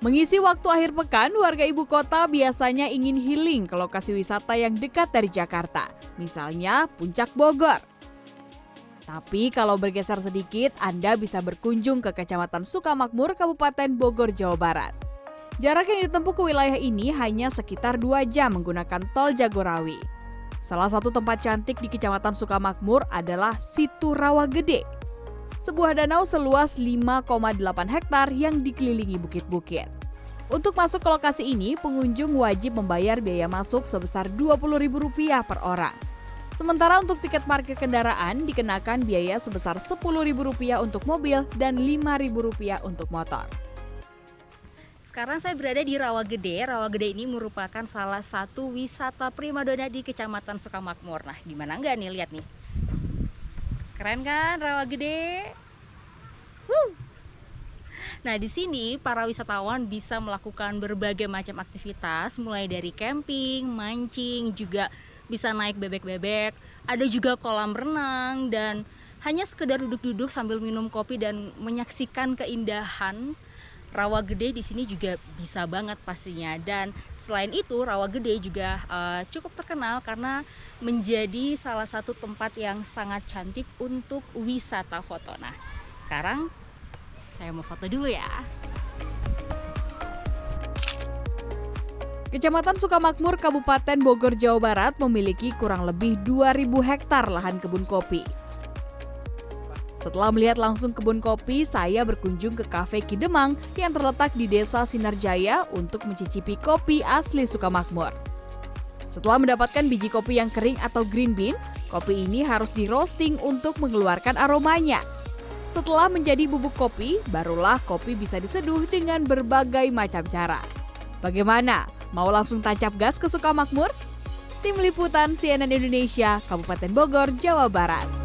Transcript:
Mengisi waktu akhir pekan, warga ibu kota biasanya ingin healing ke lokasi wisata yang dekat dari Jakarta, misalnya Puncak Bogor. Tapi kalau bergeser sedikit, Anda bisa berkunjung ke Kecamatan Sukamakmur, Kabupaten Bogor, Jawa Barat. Jarak yang ditempuh ke wilayah ini hanya sekitar 2 jam menggunakan tol Jagorawi. Salah satu tempat cantik di Kecamatan Sukamakmur adalah Situ Rawa Gede, sebuah danau seluas 5,8 hektar yang dikelilingi bukit-bukit. Untuk masuk ke lokasi ini, pengunjung wajib membayar biaya masuk sebesar Rp20.000 per orang. Sementara untuk tiket parkir kendaraan dikenakan biaya sebesar Rp10.000 untuk mobil dan Rp5.000 untuk motor. Sekarang saya berada di Rawa Gede. Rawa Gede ini merupakan salah satu wisata primadona di Kecamatan Sukamakmur. Nah, gimana enggak nih, lihat nih. Keren kan Rawa Gede? Nah, di sini para wisatawan bisa melakukan berbagai macam aktivitas, mulai dari camping, mancing, juga bisa naik bebek-bebek, ada juga kolam renang, dan hanya sekedar duduk-duduk sambil minum kopi dan menyaksikan keindahan Rawa Gede di sini juga bisa banget pastinya. Dan selain itu, Rawa Gede juga cukup terkenal karena menjadi salah satu tempat yang sangat cantik untuk wisata foto. Nah, sekarang saya mau foto dulu ya. Kecamatan Sukamakmur, Kabupaten Bogor, Jawa Barat memiliki kurang lebih 2.000 hektar lahan kebun kopi. Setelah melihat langsung kebun kopi, saya berkunjung ke Cafe Kidemang yang terletak di Desa Sinarjaya untuk mencicipi kopi asli Sukamakmur. Setelah mendapatkan biji kopi yang kering atau green bean, kopi ini harus di-roasting untuk mengeluarkan aromanya. Setelah menjadi bubuk kopi, barulah kopi bisa diseduh dengan berbagai macam cara. Bagaimana? Mau langsung tancap gas ke Sukamakmur? Tim Liputan CNN Indonesia, Kabupaten Bogor, Jawa Barat.